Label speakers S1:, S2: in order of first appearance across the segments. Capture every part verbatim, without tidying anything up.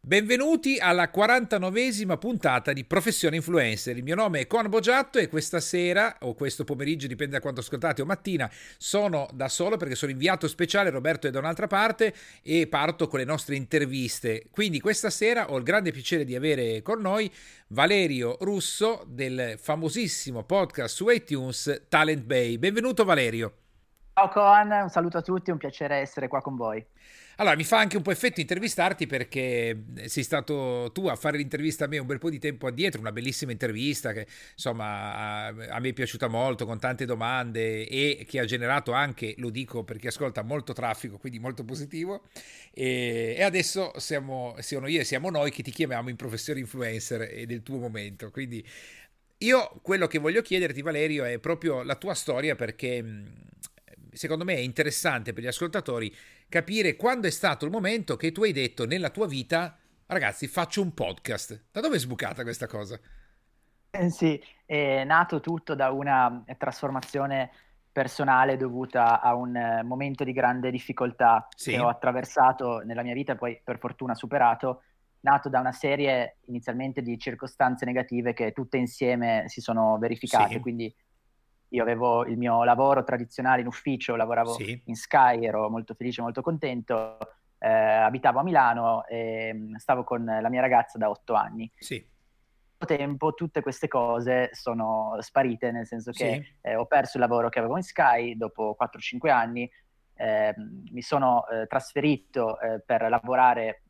S1: Benvenuti alla quarantanovesima puntata di Professione Influencer. Il mio nome è Con Boggiatto e questa sera, o questo pomeriggio, dipende da quanto ascoltate, o mattina, sono da solo perché sono inviato speciale, Roberto è da un'altra parte e parto con le nostre interviste. Quindi questa sera ho il grande piacere di avere con noi Valerio Russo del famosissimo podcast su iTunes Talent Bay. Benvenuto Valerio.
S2: Ciao Coan, un saluto a tutti, è un piacere essere qua con voi.
S1: Allora, mi fa anche un po' effetto intervistarti perché sei stato tu a fare l'intervista a me un bel po' di tempo addietro, una bellissima intervista che insomma a, a me è piaciuta molto, con tante domande e che ha generato anche, lo dico perché ascolta, molto traffico, quindi molto positivo. E, e adesso siamo, sono io e siamo noi che ti chiamiamo in Professione Influencer e del tuo momento. Quindi io quello che voglio chiederti, Valerio, è proprio la tua storia perché secondo me è interessante per gli ascoltatori capire quando è stato il momento che tu hai detto nella tua vita: ragazzi, faccio un podcast. Da dove è sbucata questa cosa?
S2: Eh, sì, è nato tutto da una trasformazione personale dovuta a un eh, momento di grande difficoltà che ho
S1: Sì,
S2: attraversato nella mia vita e poi per fortuna superato, nato da una serie inizialmente di circostanze negative che tutte insieme si sono verificate.
S1: sì,
S2: Quindi io avevo il mio lavoro tradizionale in ufficio, lavoravo
S1: sì,
S2: in Sky, ero molto felice, molto contento, eh, abitavo a Milano e mh, stavo con la mia ragazza da otto anni.
S1: sì,
S2: Tempo tutte queste cose sono sparite, nel senso che
S1: sì,
S2: eh, ho perso il lavoro che avevo in Sky dopo quattro cinque anni, eh, mi sono eh, trasferito eh, per lavorare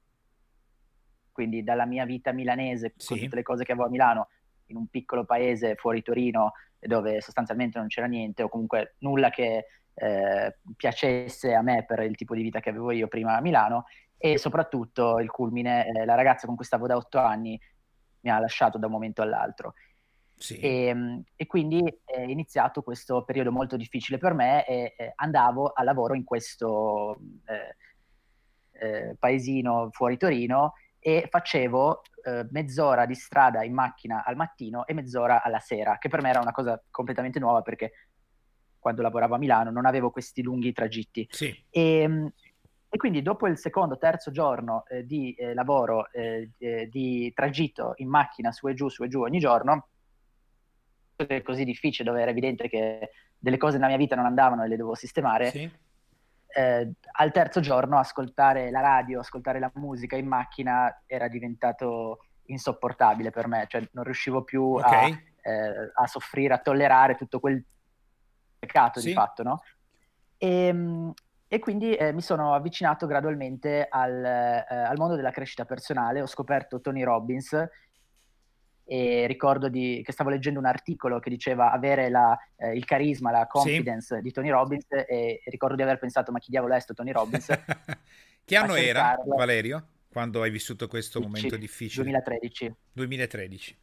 S2: quindi dalla mia vita milanese con
S1: sì,
S2: tutte le cose che avevo a Milano in un piccolo paese fuori Torino dove sostanzialmente non c'era niente o comunque nulla che eh, piacesse a me per il tipo di vita che avevo io prima a Milano e soprattutto il culmine, eh, la ragazza con cui stavo da otto anni mi ha lasciato da un momento all'altro.
S1: sì,
S2: E, e quindi è iniziato questo periodo molto difficile per me e eh, andavo a lavoro in questo eh, eh, paesino fuori Torino e facevo eh, mezz'ora di strada in macchina al mattino e mezz'ora alla sera, che per me era una cosa completamente nuova perché quando lavoravo a Milano non avevo questi lunghi tragitti.
S1: sì,
S2: E, e quindi dopo il secondo, terzo giorno eh, di eh, lavoro, eh, eh, di tragitto in macchina su e giù, su e giù ogni giorno, è così difficile, dove era evidente che delle cose nella mia vita non andavano e le dovevo sistemare,
S1: sì,
S2: eh, al terzo giorno ascoltare la radio, ascoltare la musica in macchina era diventato insopportabile per me, cioè non riuscivo più
S1: ok,
S2: a, eh, a soffrire, a tollerare tutto quel peccato di
S1: sì,
S2: fatto, no? E, e quindi eh, mi sono avvicinato gradualmente al, eh, al mondo della crescita personale, ho scoperto Tony Robbins e ricordo di, che stavo leggendo un articolo che diceva avere la, eh, il carisma, la
S1: sì.
S2: confidence di Tony Robbins e, e ricordo di aver pensato ma chi diavolo è sto Tony Robbins?
S1: Che
S2: A
S1: anno era,
S2: cercarlo,
S1: Valerio, quando hai vissuto questo momento difficile?
S2: duemilatredici.
S1: duemilatredici.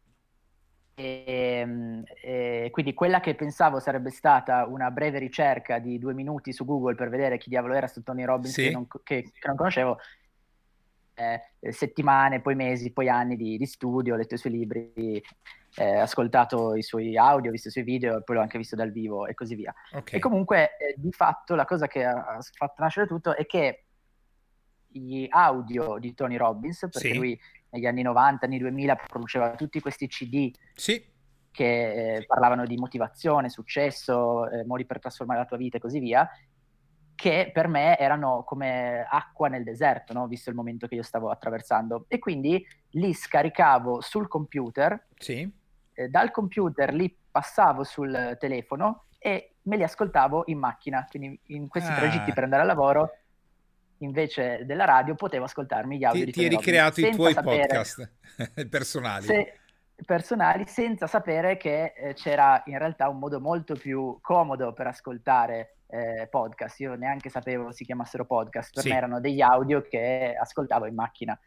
S2: E, e quindi quella che pensavo sarebbe stata una breve ricerca di due minuti su Google per vedere chi diavolo era sto Tony Robbins che
S1: Sì,
S2: non, che, che non conoscevo, eh, settimane, poi mesi, poi anni di, di studio, ho letto i suoi libri, eh, ascoltato i suoi audio, visto i suoi video, poi l'ho anche visto dal vivo e così via.
S1: ok,
S2: E comunque, eh, di fatto, la cosa che ha, ha fatto nascere tutto è che gli audio di Tony Robbins, perché
S1: sì,
S2: lui negli anni novanta, anni duemila produceva tutti questi C D
S1: sì,
S2: che eh, parlavano di motivazione, successo, eh, modi per trasformare la tua vita e così via, che per me erano come acqua nel deserto, no? Visto il momento che io stavo attraversando. E quindi li scaricavo sul computer,
S1: sì.
S2: eh, dal computer li passavo sul telefono e me li ascoltavo in macchina. Quindi in questi tragitti
S1: Ah,
S2: per andare al lavoro, invece della radio, potevo ascoltarmi gli audio
S1: ti,
S2: di
S1: ti hai
S2: Tony Robbins
S1: ricreato i
S2: senza
S1: tuoi
S2: sapere
S1: podcast personali.
S2: se personali, senza sapere che eh, c'era in realtà un modo molto più comodo per ascoltare eh, podcast. Io neanche sapevo si chiamassero podcast, per me
S1: Sì,
S2: erano degli audio che ascoltavo in macchina.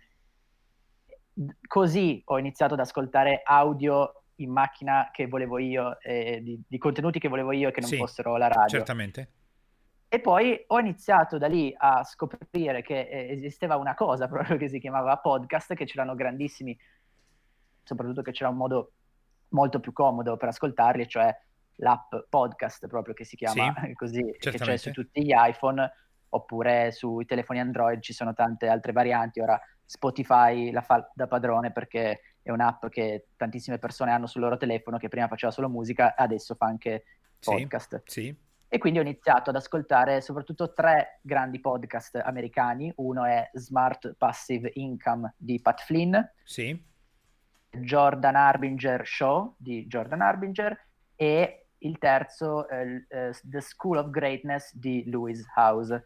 S2: Così ho iniziato ad ascoltare audio in macchina che volevo io, eh, di, di contenuti che volevo io e che non
S1: sì,
S2: fossero la radio.
S1: certamente.
S2: E poi ho iniziato da lì a scoprire che eh, esisteva una cosa proprio che si chiamava podcast, che c'erano grandissimi, soprattutto che c'era un modo molto più comodo per ascoltarli, cioè l'app podcast proprio che si chiama
S1: Sì,
S2: così, che c'è su
S1: certamente.
S2: tutti gli iPhone, oppure sui telefoni Android ci sono tante altre varianti. Ora Spotify la fa da padrone perché è un'app che tantissime persone hanno sul loro telefono, che prima faceva solo musica, adesso fa anche
S1: Sì,
S2: podcast.
S1: sì.
S2: E quindi ho iniziato ad ascoltare soprattutto tre grandi podcast americani. Uno è Smart Passive Income di Pat Flynn,
S1: Sì.
S2: Jordan Harbinger Show di Jordan Harbinger e il terzo eh, eh, The School of Greatness di Lewis House.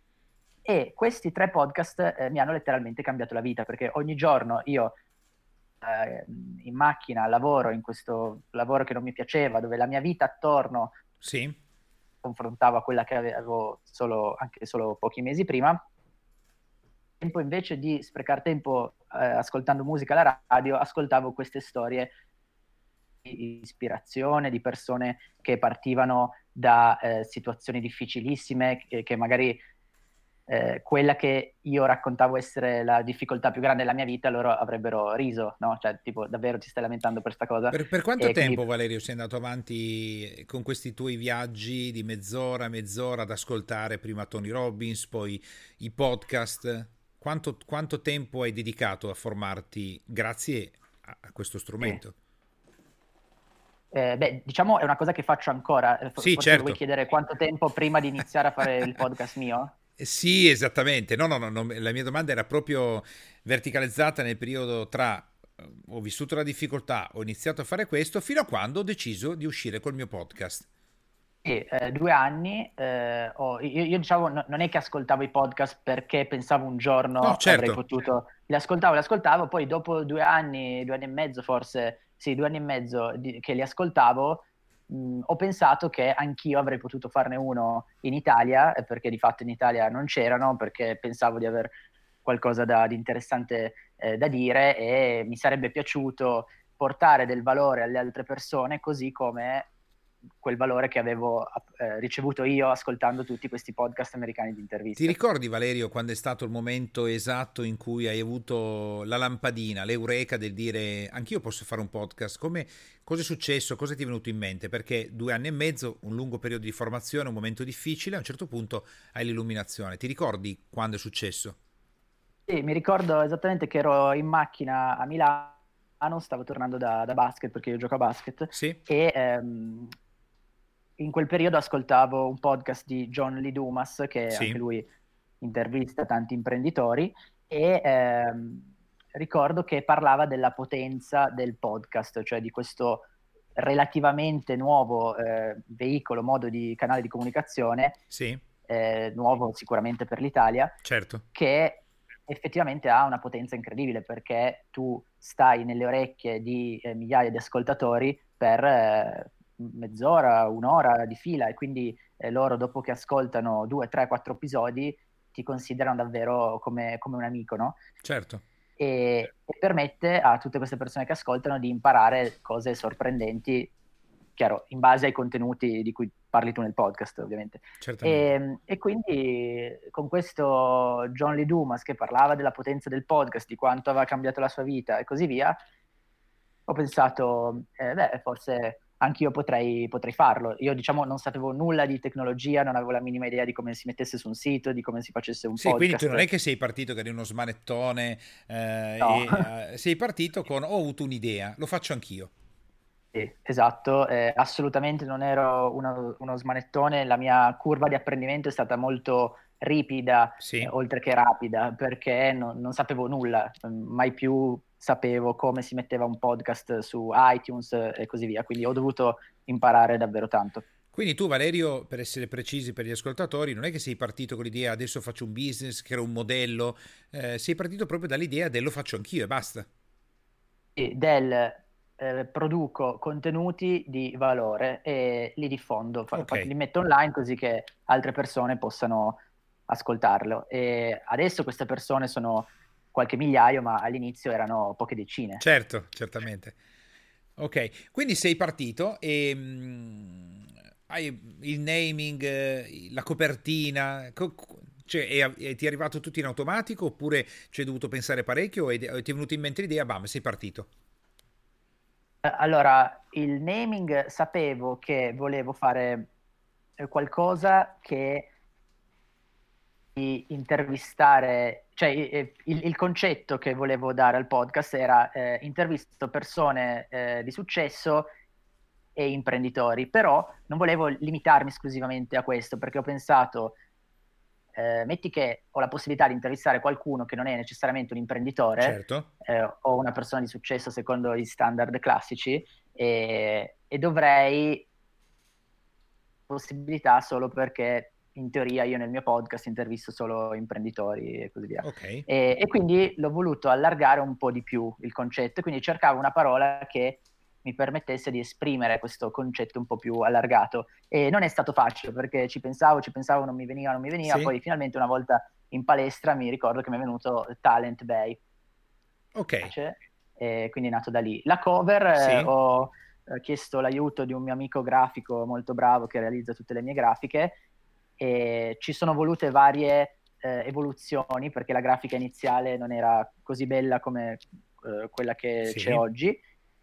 S2: E questi tre podcast eh, mi hanno letteralmente cambiato la vita, perché ogni giorno io eh, in macchina lavoro in questo lavoro che non mi piaceva, dove la mia vita attorno
S1: Sì.
S2: confrontavo a quella che avevo solo, anche solo pochi mesi prima. Tempo invece di sprecare tempo eh, ascoltando musica alla radio, ascoltavo queste storie di ispirazione, di persone che partivano da eh, situazioni difficilissime, che, che magari eh, quella che io raccontavo essere la difficoltà più grande della mia vita, loro avrebbero riso, no? Cioè, tipo, davvero ti stai lamentando per sta cosa?
S1: Per, per quanto
S2: E quindi
S1: tempo, Valerio, sei andato avanti con questi tuoi viaggi di mezz'ora, mezz'ora ad ascoltare prima Tony Robbins, poi i podcast? Quanto, quanto tempo hai dedicato a formarti grazie a, a questo
S2: sì.
S1: strumento?
S2: Eh, beh, diciamo è una cosa che faccio ancora. Eh,
S1: Sì,
S2: Forse vuoi
S1: certo.
S2: chiedere quanto tempo prima di iniziare a fare il podcast mio?
S1: Eh, Sì, esattamente. No, no, no, no, la mia domanda era proprio verticalizzata nel periodo tra eh, ho vissuto la difficoltà, ho iniziato a fare questo, fino a quando ho deciso di uscire col mio podcast.
S2: Sì, eh, due anni. Eh, ho- io, io diciamo, no- non è che ascoltavo i podcast perché pensavo un
S1: No,
S2: giorno avrei
S1: certo.
S2: potuto. Li ascoltavo, li ascoltavo, poi dopo due anni, due anni e mezzo forse, sì, due anni e mezzo di- che li ascoltavo, mh, ho pensato che anch'io avrei potuto farne uno in Italia, eh, perché di fatto in Italia non c'erano, perché pensavo di aver qualcosa da- di interessante eh, da dire e mi sarebbe piaciuto portare del valore alle altre persone, così come quel valore che avevo eh, ricevuto io ascoltando tutti questi podcast americani di
S1: Ti
S2: interviste.
S1: ricordi, Valerio, quando è stato il momento esatto in cui hai avuto la lampadina, l'eureka del dire anch'io posso fare un podcast? Come, cosa è successo? Cosa ti è venuto in mente? Perché due anni e mezzo, un lungo periodo di formazione, un momento difficile, a un certo punto hai l'illuminazione. Ti ricordi quando è successo?
S2: Sì, mi ricordo esattamente che ero in macchina a Milano, stavo tornando da, da basket perché io gioco a basket
S1: Sì?
S2: e ehm, in quel periodo ascoltavo un podcast di John Lee Dumas, che anche
S1: Sì?
S2: lui intervista tanti imprenditori, e ehm, ricordo che parlava della potenza del podcast, cioè di questo relativamente nuovo eh, veicolo, modo di canale di comunicazione,
S1: Sì?
S2: eh, nuovo sicuramente per l'Italia,
S1: Certo.
S2: che effettivamente ha una potenza incredibile perché tu stai nelle orecchie di eh, migliaia di ascoltatori per eh, mezz'ora, un'ora di fila e quindi eh, loro dopo che ascoltano due, tre, quattro episodi ti considerano davvero come, come un amico, no?
S1: Certo.
S2: E, e permette a tutte queste persone che ascoltano di imparare cose sorprendenti, chiaro, in base ai contenuti di cui parli tu nel podcast, ovviamente.
S1: Certamente.
S2: E, e quindi con questo John Lee Dumas che parlava della potenza del podcast, di quanto aveva cambiato la sua vita e così via, ho pensato, eh, beh, forse anch'io potrei, potrei farlo. Io, diciamo, non sapevo nulla di tecnologia, non avevo la minima idea di come si mettesse su un sito, di come si facesse un
S1: Sì, quindi tu non
S2: podcast.
S1: è che sei partito che eri uno smanettone
S2: No.
S1: eh, e eh, sei partito con ho avuto un'idea, lo faccio anch'io.
S2: Sì, esatto, eh, assolutamente non ero uno, uno smanettone, la mia curva di apprendimento è stata molto ripida, eh,
S1: Sì?
S2: oltre che rapida, perché non, non sapevo nulla, mai più sapevo come si metteva un podcast su iTunes eh, e così via, quindi ho dovuto imparare davvero tanto.
S1: Quindi tu, Valerio, per essere precisi per gli ascoltatori, non è che sei partito con l'idea adesso faccio un business, che era un modello, eh, sei partito proprio dall'idea del lo faccio anch'io e basta.
S2: E del eh, produco contenuti di valore e li diffondo, fa-
S1: Ok,
S2: fa- li metto online così che altre persone possano ascoltarlo. E adesso queste persone sono qualche migliaio, ma all'inizio erano poche decine.
S1: certo, certamente. Ok, quindi sei partito e mm, hai il naming, eh, la copertina, co- co- cioè è- è- ti è arrivato tutto in automatico oppure ci hai dovuto pensare parecchio e e ti è venuta in mente l'idea, bam, sei partito.
S2: Eh, Allora, il naming sapevo che volevo fare eh, qualcosa che di intervistare, cioè il, il concetto che volevo dare al podcast era eh, intervisto persone eh, di successo e imprenditori, però non volevo limitarmi esclusivamente a questo, perché ho pensato, eh, metti che ho la possibilità di intervistare qualcuno che non è necessariamente un imprenditore
S1: Certo.
S2: eh, o una persona di successo secondo gli standard classici, e, e dovrei possibilità solo perché in teoria io nel mio podcast intervisto solo imprenditori e così via.
S1: Ok.
S2: E, e quindi l'ho voluto allargare un po' di più il concetto, quindi cercavo una parola che mi permettesse di esprimere questo concetto un po' più allargato. E non è stato facile perché ci pensavo, ci pensavo, non mi veniva, non mi veniva,
S1: Sì.
S2: poi finalmente una volta in palestra mi ricordo che mi è venuto Talent Bay.
S1: Ok.
S2: E quindi è nato da lì. La cover eh,
S1: Sì.
S2: ho eh, chiesto l'aiuto di un mio amico grafico molto bravo che realizza tutte le mie grafiche, e ci sono volute varie eh, evoluzioni perché la grafica iniziale non era così bella come eh, quella che c'è
S1: Sì.
S2: oggi,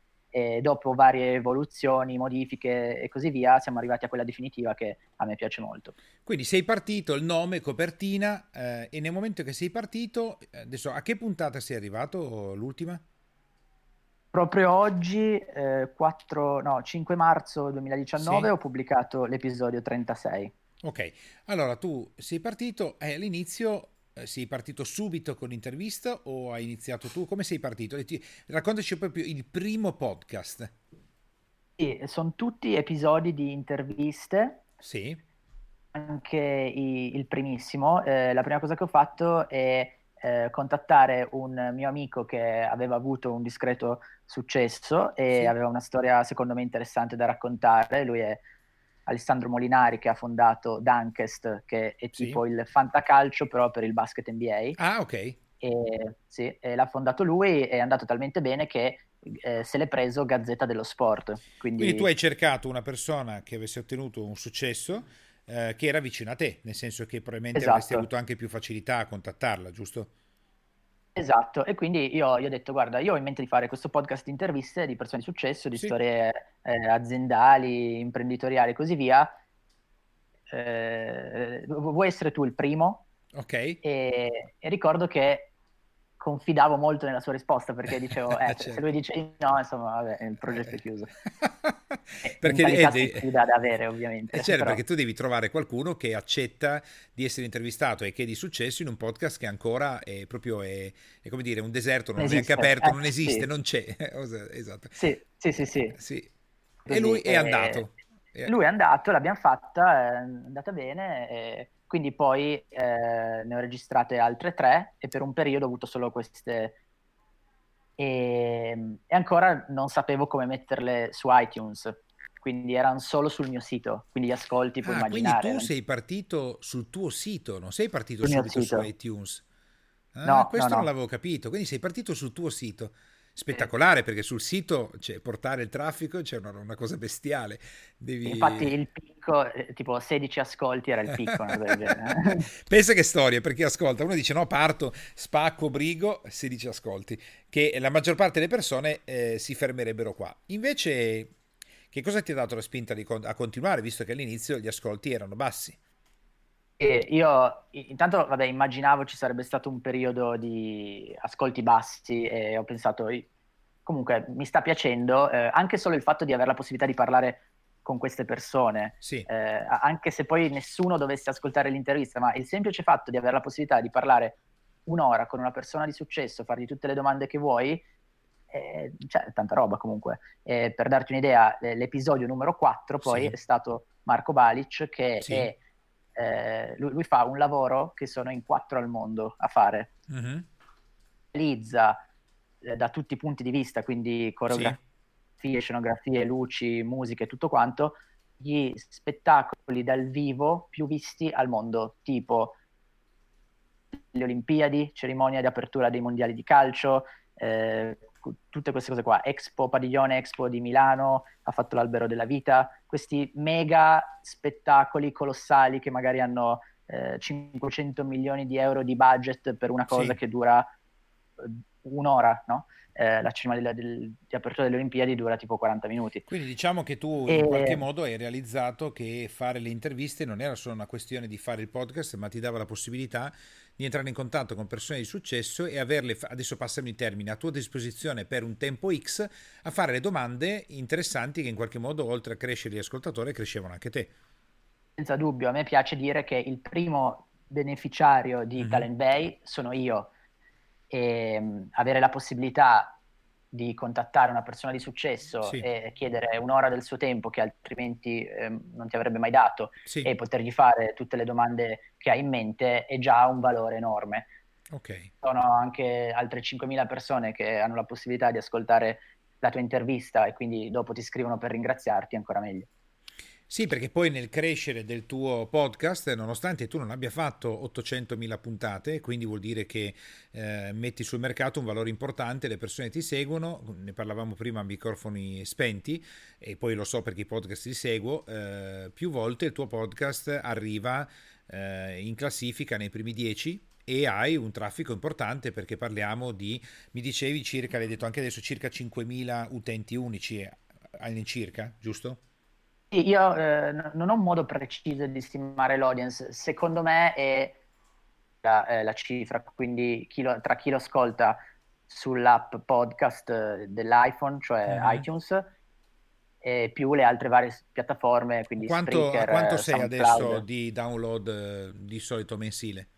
S2: e dopo varie evoluzioni, modifiche e così via siamo arrivati a quella definitiva che a me piace molto.
S1: Quindi sei partito, il nome, copertina, eh, e nel momento che sei partito, eh, adesso a che puntata sei arrivato, l'ultima?
S2: Proprio oggi, eh, quattro, no, cinque marzo
S1: Sì.
S2: duemiladiciannove, ho pubblicato l'episodio trentasei.
S1: Ok, allora tu sei partito e all'inizio eh, sei partito subito con l'intervista o hai iniziato tu? Come sei partito? E ti- Raccontaci proprio il primo podcast.
S2: Sì, sono tutti episodi di interviste,
S1: Sì,
S2: anche i- il primissimo. Eh, la prima cosa che ho fatto è eh, contattare un mio amico che aveva avuto un discreto successo e
S1: sì,
S2: aveva una storia secondo me interessante da raccontare. Lui è Alessandro Molinari, che ha fondato Dunkest, che è
S1: sì.
S2: tipo il fantacalcio però per il basket N B A.
S1: Ah, ok.
S2: E, sì, e l'ha fondato lui, è andato talmente bene che eh, se l'è preso Gazzetta dello Sport.
S1: Quindi tu
S2: Quindi
S1: hai cercato una persona che avesse ottenuto un successo eh, che era vicina a te, nel senso che probabilmente avresti
S2: esatto.
S1: avuto anche più facilità a contattarla, giusto?
S2: Esatto, e quindi io, io ho detto, guarda, io ho in mente di fare questo podcast di interviste di persone di successo, di
S1: Sì,
S2: storie eh, aziendali, imprenditoriali e così via. Eh, vuoi essere tu il primo?
S1: ok.
S2: E, e ricordo che confidavo molto nella sua risposta perché dicevo, eh, se se lui
S1: Certo.
S2: dice di no, insomma, vabbè, il progetto è
S1: Eh,
S2: chiuso. E
S1: perché eh,
S2: mentalità
S1: de-
S2: stupida da avere,
S1: eh,
S2: ovviamente,
S1: certo,
S2: però
S1: perché tu devi trovare qualcuno che accetta di essere intervistato e che è di successo in un podcast che ancora è proprio è, è come dire un deserto, non
S2: non
S1: è neanche
S2: esiste.
S1: aperto,
S2: Eh,
S1: non esiste,
S2: sì,
S1: non c'è. Esatto.
S2: sì, sì, sì,
S1: Eh,
S2: sì.
S1: sì. E
S2: Così.
S1: lui è
S2: E
S1: andato. Eh,
S2: lui è andato, l'abbiamo fatta, è andata bene, e quindi poi eh, ne ho registrate altre tre e per un periodo ho avuto solo queste. E, e ancora non sapevo come metterle su iTunes, quindi erano solo sul mio sito, quindi gli ascolti puoi
S1: Ah, quindi
S2: immaginare,
S1: tu
S2: erano
S1: sei partito sul tuo sito, non sei partito
S2: sul mio
S1: subito su
S2: sito.
S1: iTunes. Ah,
S2: No, no,
S1: questo non
S2: no.
S1: l'avevo capito. Quindi sei partito sul tuo sito. Spettacolare, perché sul sito, cioè, portare il traffico c'è una, una cosa bestiale.
S2: Infatti
S1: Devi...
S2: il picco, eh, tipo sedici ascolti era il picco, una cosa del genere.
S1: Pensa che storia, perché ascolta, uno dice no, parto, spacco, brigo, sedici ascolti, che la maggior parte delle persone eh, si fermerebbero qua. Invece, che cosa ti ha dato la spinta di con- a continuare, visto che all'inizio gli ascolti erano bassi?
S2: E io i- intanto, vabbè, immaginavo ci sarebbe stato un periodo di ascolti bassi e ho pensato, i- comunque mi sta piacendo, eh, anche solo il fatto di avere la possibilità di parlare con queste persone,
S1: Sì,
S2: eh, a- anche se poi nessuno dovesse ascoltare l'intervista, ma il semplice fatto di avere la possibilità di parlare un'ora con una persona di successo, fargli tutte le domande che vuoi, eh, cioè, tanta roba comunque. Eh, per darti un'idea, eh, l'episodio numero quattro poi
S1: sì,
S2: è stato Marco Balic, che
S1: sì.
S2: è eh, lui, lui fa un lavoro che sono in quattro al mondo a fare.
S1: Mhm.
S2: Realizza eh, da tutti i punti di vista, quindi
S1: Sì,
S2: coreografie, scenografie, luci, musiche, tutto quanto, gli spettacoli dal vivo più visti al mondo, tipo le Olimpiadi, cerimonia di apertura dei mondiali di calcio, eh, tutte queste cose qua, Expo, Padiglione Expo di Milano, ha fatto l'Albero della Vita, questi mega spettacoli colossali che magari hanno eh, cinquecento milioni di euro di budget per una cosa
S1: sì.
S2: che dura eh, un'ora, no? Eh, la cerimonia del- del- di apertura delle Olimpiadi dura tipo quaranta minuti.
S1: Quindi diciamo che tu in qualche
S2: E
S1: modo hai realizzato che fare le interviste non era solo una questione di fare il podcast, ma ti dava la possibilità di entrare in contatto con persone di successo e averle, fa- adesso passami il termine, a tua disposizione per un tempo X a fare le domande interessanti che in qualche modo, oltre a crescere gli ascoltatori, crescevano anche te.
S2: senza dubbio, a me piace dire che il primo beneficiario di
S1: Mhm.
S2: Talent Bay sono io, e mh, avere la possibilità di contattare una persona di successo
S1: Sì,
S2: e chiedere un'ora del suo tempo che altrimenti ehm, non ti avrebbe mai dato
S1: sì,
S2: e potergli fare tutte le domande che ha in mente è già un valore enorme.
S1: ok.
S2: Sono anche altre cinquemila persone che hanno la possibilità di ascoltare la tua intervista e quindi dopo ti scrivono per ringraziarti, ancora meglio.
S1: Sì, perché poi nel crescere del tuo podcast, nonostante tu non abbia fatto ottocentomila puntate, quindi vuol dire che eh, metti sul mercato un valore importante, le persone ti seguono, ne parlavamo prima a microfoni spenti e poi lo so perché i podcast li seguo, eh, più volte il tuo podcast arriva eh, in classifica nei primi dieci e hai un traffico importante perché parliamo di, mi dicevi circa, l'hai detto anche adesso, circa cinquemila utenti unici eh, all'incirca, giusto?
S2: Sì, io eh, n- non ho un modo preciso di stimare l'audience, secondo me è la, eh, la cifra, quindi chi lo- tra chi lo ascolta sull'app podcast eh, dell'iPhone, cioè
S1: Mhm.
S2: iTunes, e più le altre varie s- piattaforme, quindi
S1: Quanto, a
S2: Spreaker,
S1: quanto
S2: eh,
S1: sei adesso
S2: SoundCloud.
S1: di download eh, di solito mensile?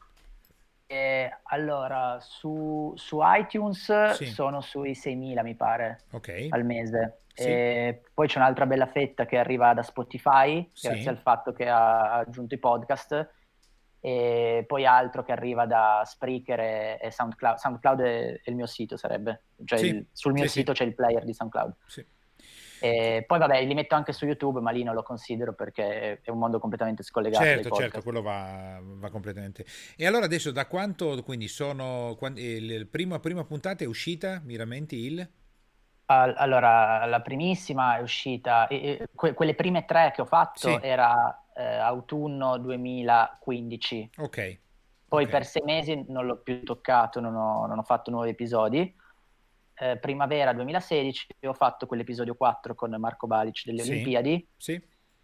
S2: E allora, su, su iTunes
S1: Sì,
S2: sono sui seimila, mi pare,
S1: ok.
S2: al mese.
S1: Sì,
S2: E poi c'è un'altra bella fetta che arriva da Spotify, grazie
S1: sì,
S2: al fatto che ha aggiunto i podcast, e poi altro che arriva da Spreaker e, e SoundCloud. SoundCloud è, è il mio sito, sarebbe. Cioè
S1: sì,
S2: il- sul mio
S1: sì, sì,
S2: sito c'è il player di SoundCloud.
S1: sì.
S2: E poi vabbè, li metto anche su YouTube, ma lì non lo considero perché è un mondo completamente scollegato dai
S1: Certo, certo,
S2: podcast.
S1: quello va, va completamente. E allora adesso da quanto, quindi sono, quan- il il primo, prima puntata è uscita, mi rammenti il?
S2: Al- Allora, la primissima è uscita, e- e que- quelle prime tre che ho fatto
S1: Sì,
S2: era eh, autunno duemilaquindici,
S1: ok,
S2: poi
S1: ok,
S2: per sei mesi non l'ho più toccato, non ho, non ho fatto nuovi episodi. Eh, primavera duemilasedici ho fatto quell'episodio quattro con Marco Balic delle
S1: sì,
S2: Olimpiadi
S1: sì,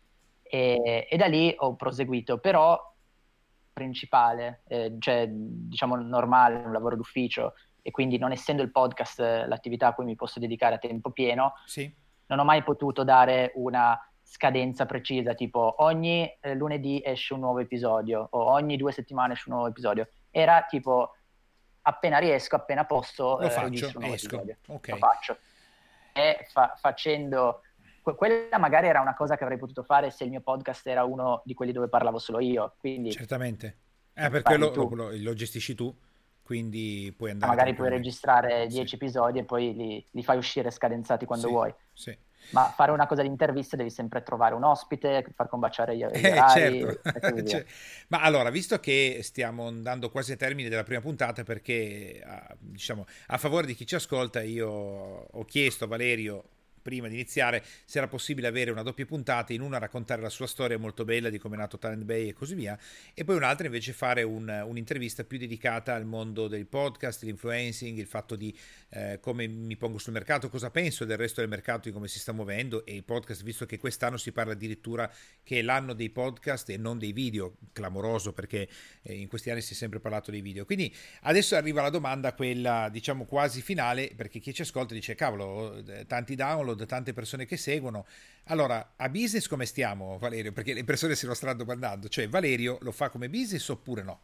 S2: e, e da lì ho proseguito, però principale, eh, cioè diciamo normale, un lavoro d'ufficio e quindi non essendo il podcast eh, l'attività a cui mi posso dedicare a tempo pieno,
S1: sì,
S2: non ho mai potuto dare una scadenza precisa, tipo ogni eh, lunedì esce un nuovo episodio o ogni due settimane esce un nuovo episodio. Era tipo appena riesco, appena posso,
S1: lo
S2: eh,
S1: faccio,
S2: registro un nuovo
S1: esco,
S2: episodio. Lo
S1: ok,
S2: faccio. E fa- facendo que- quella magari era una cosa che avrei potuto fare se il mio podcast era uno di quelli dove parlavo solo io, quindi
S1: certamente. Eh, perché
S2: parli
S1: lo, lo-
S2: tu.
S1: lo- lo gestisci tu, quindi puoi andare
S2: Magari puoi
S1: tranquillamente.
S2: registrare
S1: Sì,
S2: dieci episodi e poi li, li fai uscire scadenzati quando
S1: sì,
S2: vuoi.
S1: sì.
S2: Ma fare una cosa di interviste devi sempre trovare un ospite, far combaciare gli, gli
S1: Eh,
S2: orari
S1: certo.
S2: e così via.
S1: Cioè, ma allora, visto che stiamo andando quasi a termine della prima puntata, perché a, diciamo, a favore di chi ci ascolta, io ho chiesto a Valerio prima di iniziare se era possibile avere una doppia puntata, in una raccontare la sua storia molto bella di come è nato Talent Bay e così via, e poi un'altra invece fare un, un'intervista più dedicata al mondo del podcast, l'influencing, il fatto di eh, come mi pongo sul mercato, cosa penso del resto del mercato, di come si sta muovendo e i podcast, visto che quest'anno si parla addirittura che è l'anno dei podcast e non dei video, clamoroso perché eh, in questi anni si è sempre parlato dei video. Quindi adesso arriva la domanda, quella diciamo quasi finale, perché chi ci ascolta dice cavolo, eh, tanti download, tante persone che seguono. Allora, a business come stiamo, Valerio? Perché le persone se lo stanno domandando, cioè Valerio lo fa come business oppure no?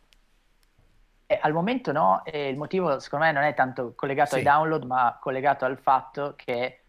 S2: E al momento no, e il motivo secondo me non è tanto collegato ai
S1: Sì,
S2: download, ma collegato al fatto che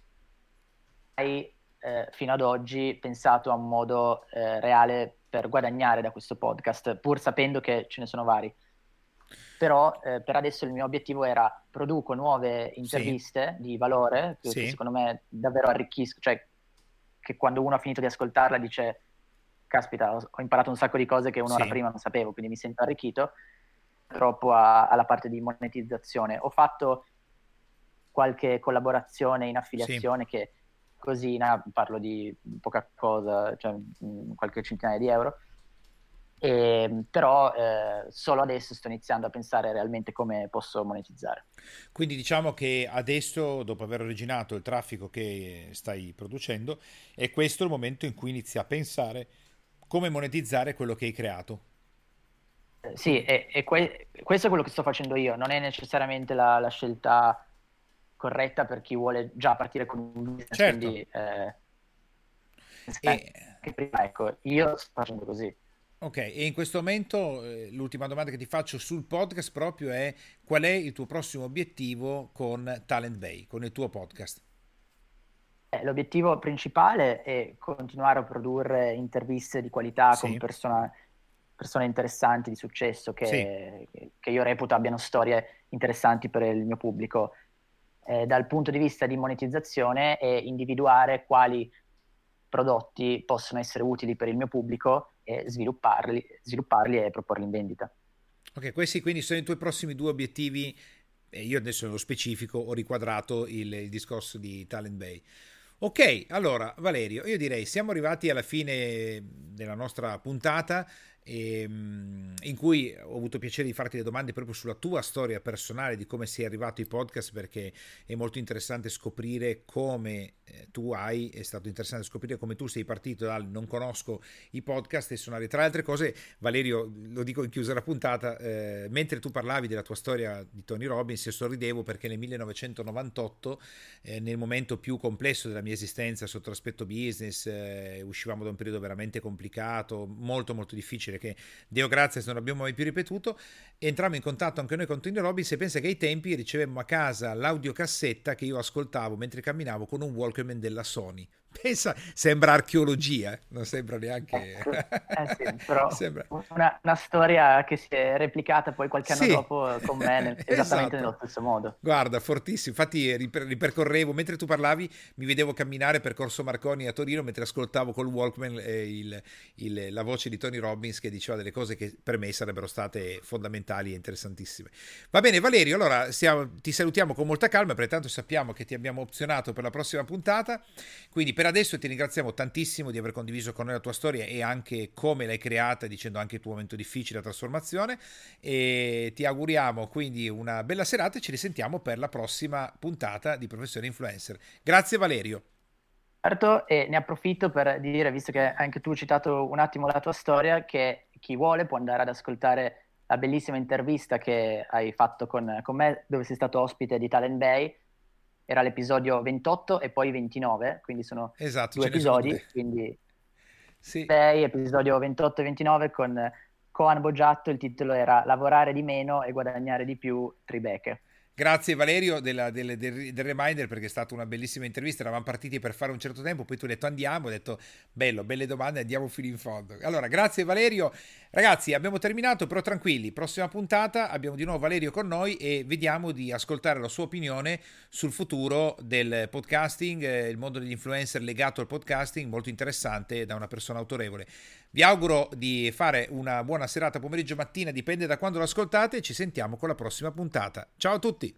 S2: hai eh, fino ad oggi pensato a un modo eh, reale per guadagnare da questo podcast, pur sapendo che ce ne sono vari. Però eh, per adesso il mio obiettivo era produco nuove
S1: sì,
S2: interviste di valore che, che
S1: sì,
S2: secondo me davvero arricchiscono, cioè che quando uno ha finito di ascoltarla dice caspita, ho, ho imparato un sacco di cose che un'ora
S1: sì,
S2: prima non sapevo, quindi mi sento arricchito troppo a- alla parte di monetizzazione. Ho fatto qualche collaborazione in
S1: sì,
S2: affiliazione che cosina, parlo di poca cosa, cioè mh, qualche centinaia di euro, E, però eh, solo adesso sto iniziando a pensare realmente come posso monetizzare.
S1: Quindi diciamo che adesso, dopo aver originato il traffico che stai producendo, è questo il momento in cui inizi a pensare come monetizzare quello che hai creato.
S2: Eh, sì,
S1: Quindi,
S2: e, e que- questo è quello che sto facendo io, non è necessariamente la, la scelta corretta per chi vuole già partire con un business,
S1: certo,
S2: quindi eh,
S1: e,
S2: anche prima, ecco, io sto facendo così.
S1: ok, e in questo momento eh, l'ultima domanda che ti faccio sul podcast proprio è qual è il tuo prossimo obiettivo con Talent Bay, con il tuo podcast?
S2: Eh, L'obiettivo principale è continuare a produrre interviste di qualità con
S1: Sì,
S2: persona- persone interessanti, di successo,
S1: sì.
S2: che, che io reputo abbiano storie interessanti per il mio pubblico. Eh, dal punto di vista di monetizzazione è individuare quali prodotti possono essere utili per il mio pubblico e svilupparli, svilupparli e proporli in vendita.
S1: Ok, questi quindi sono i tuoi prossimi due obiettivi. E io adesso nello specifico ho riquadrato il, il discorso di Talent Bay. Ok, allora Valerio, io direi siamo arrivati alla fine della nostra puntata ehm, in cui ho avuto piacere di farti le domande proprio sulla tua storia personale, di come sei arrivato ai podcast, perché è molto interessante scoprire come eh, tu hai, è stato interessante scoprire come tu sei partito dal non conosco i podcast e suonare. Tra le altre cose, Valerio, lo dico in chiusura puntata, eh, mentre tu parlavi della tua storia di Tony Robbins, io sorridevo perché nel millenovecentonovantotto, eh, nel momento più complesso della mia esistenza sotto l'aspetto business, eh, uscivamo da un periodo veramente complicato, molto molto difficile, che Dio grazie non abbiamo mai più ripetuto. Entrammo in contatto anche noi con Tony Robbins e pensa che ai tempi ricevemmo a casa l'audiocassetta che io ascoltavo mentre camminavo con un Walkman della Sony. Pensa, sembra archeologia, non sembra neanche...
S2: Eh sì, però
S1: sembra...
S2: una, una storia che si è replicata poi qualche anno
S1: Sì,
S2: dopo con me nel- esattamente nello
S1: esatto.
S2: stesso modo.
S1: Guarda, fortissimo. Infatti riper- ripercorrevo, mentre tu parlavi, mi vedevo camminare per Corso Marconi a Torino mentre ascoltavo col Walkman eh, il- il- la voce di Tony Robbins che diceva delle cose che per me sarebbero state fondamentali e interessantissime. Va bene, Valerio, allora siamo- ti salutiamo con molta calma, perché tanto sappiamo che ti abbiamo opzionato per la prossima puntata. Quindi per adesso ti ringraziamo tantissimo di aver condiviso con noi la tua storia e anche come l'hai creata, dicendo anche il tuo momento difficile, la trasformazione. E ti auguriamo quindi una bella serata e ci risentiamo per la prossima puntata di Professore Influencer. Grazie Valerio.
S2: Certo, e ne approfitto per dire, visto che anche tu hai citato un attimo la tua storia, che chi vuole può andare ad ascoltare la bellissima intervista che hai fatto con, con me, dove sei stato ospite di Talent Bay. Era l'episodio ventotto e poi ventinove, quindi sono
S1: Esatto,
S2: due
S1: ce ne sono
S2: episodi,
S1: due.
S2: quindi
S1: Sì.
S2: sei, episodio ventotto e ventinove con Coan Boggiatto, il titolo era Lavorare di meno e guadagnare di più, Tribeche.
S1: Grazie Valerio della- del, del- del reminder perché è stata una bellissima intervista, eravamo partiti per fare un certo tempo, poi tu hai detto andiamo, ho detto bello, belle domande, andiamo fino in fondo. Allora, grazie Valerio. Ragazzi, abbiamo terminato, però tranquilli, prossima puntata abbiamo di nuovo Valerio con noi e vediamo di ascoltare la sua opinione sul futuro del podcasting, eh, il mondo degli influencer legato al podcasting, molto interessante da una persona autorevole. Vi auguro di fare una buona serata, pomeriggio, mattina, dipende da quando lo ascoltate, ci sentiamo con la prossima puntata. Ciao a tutti!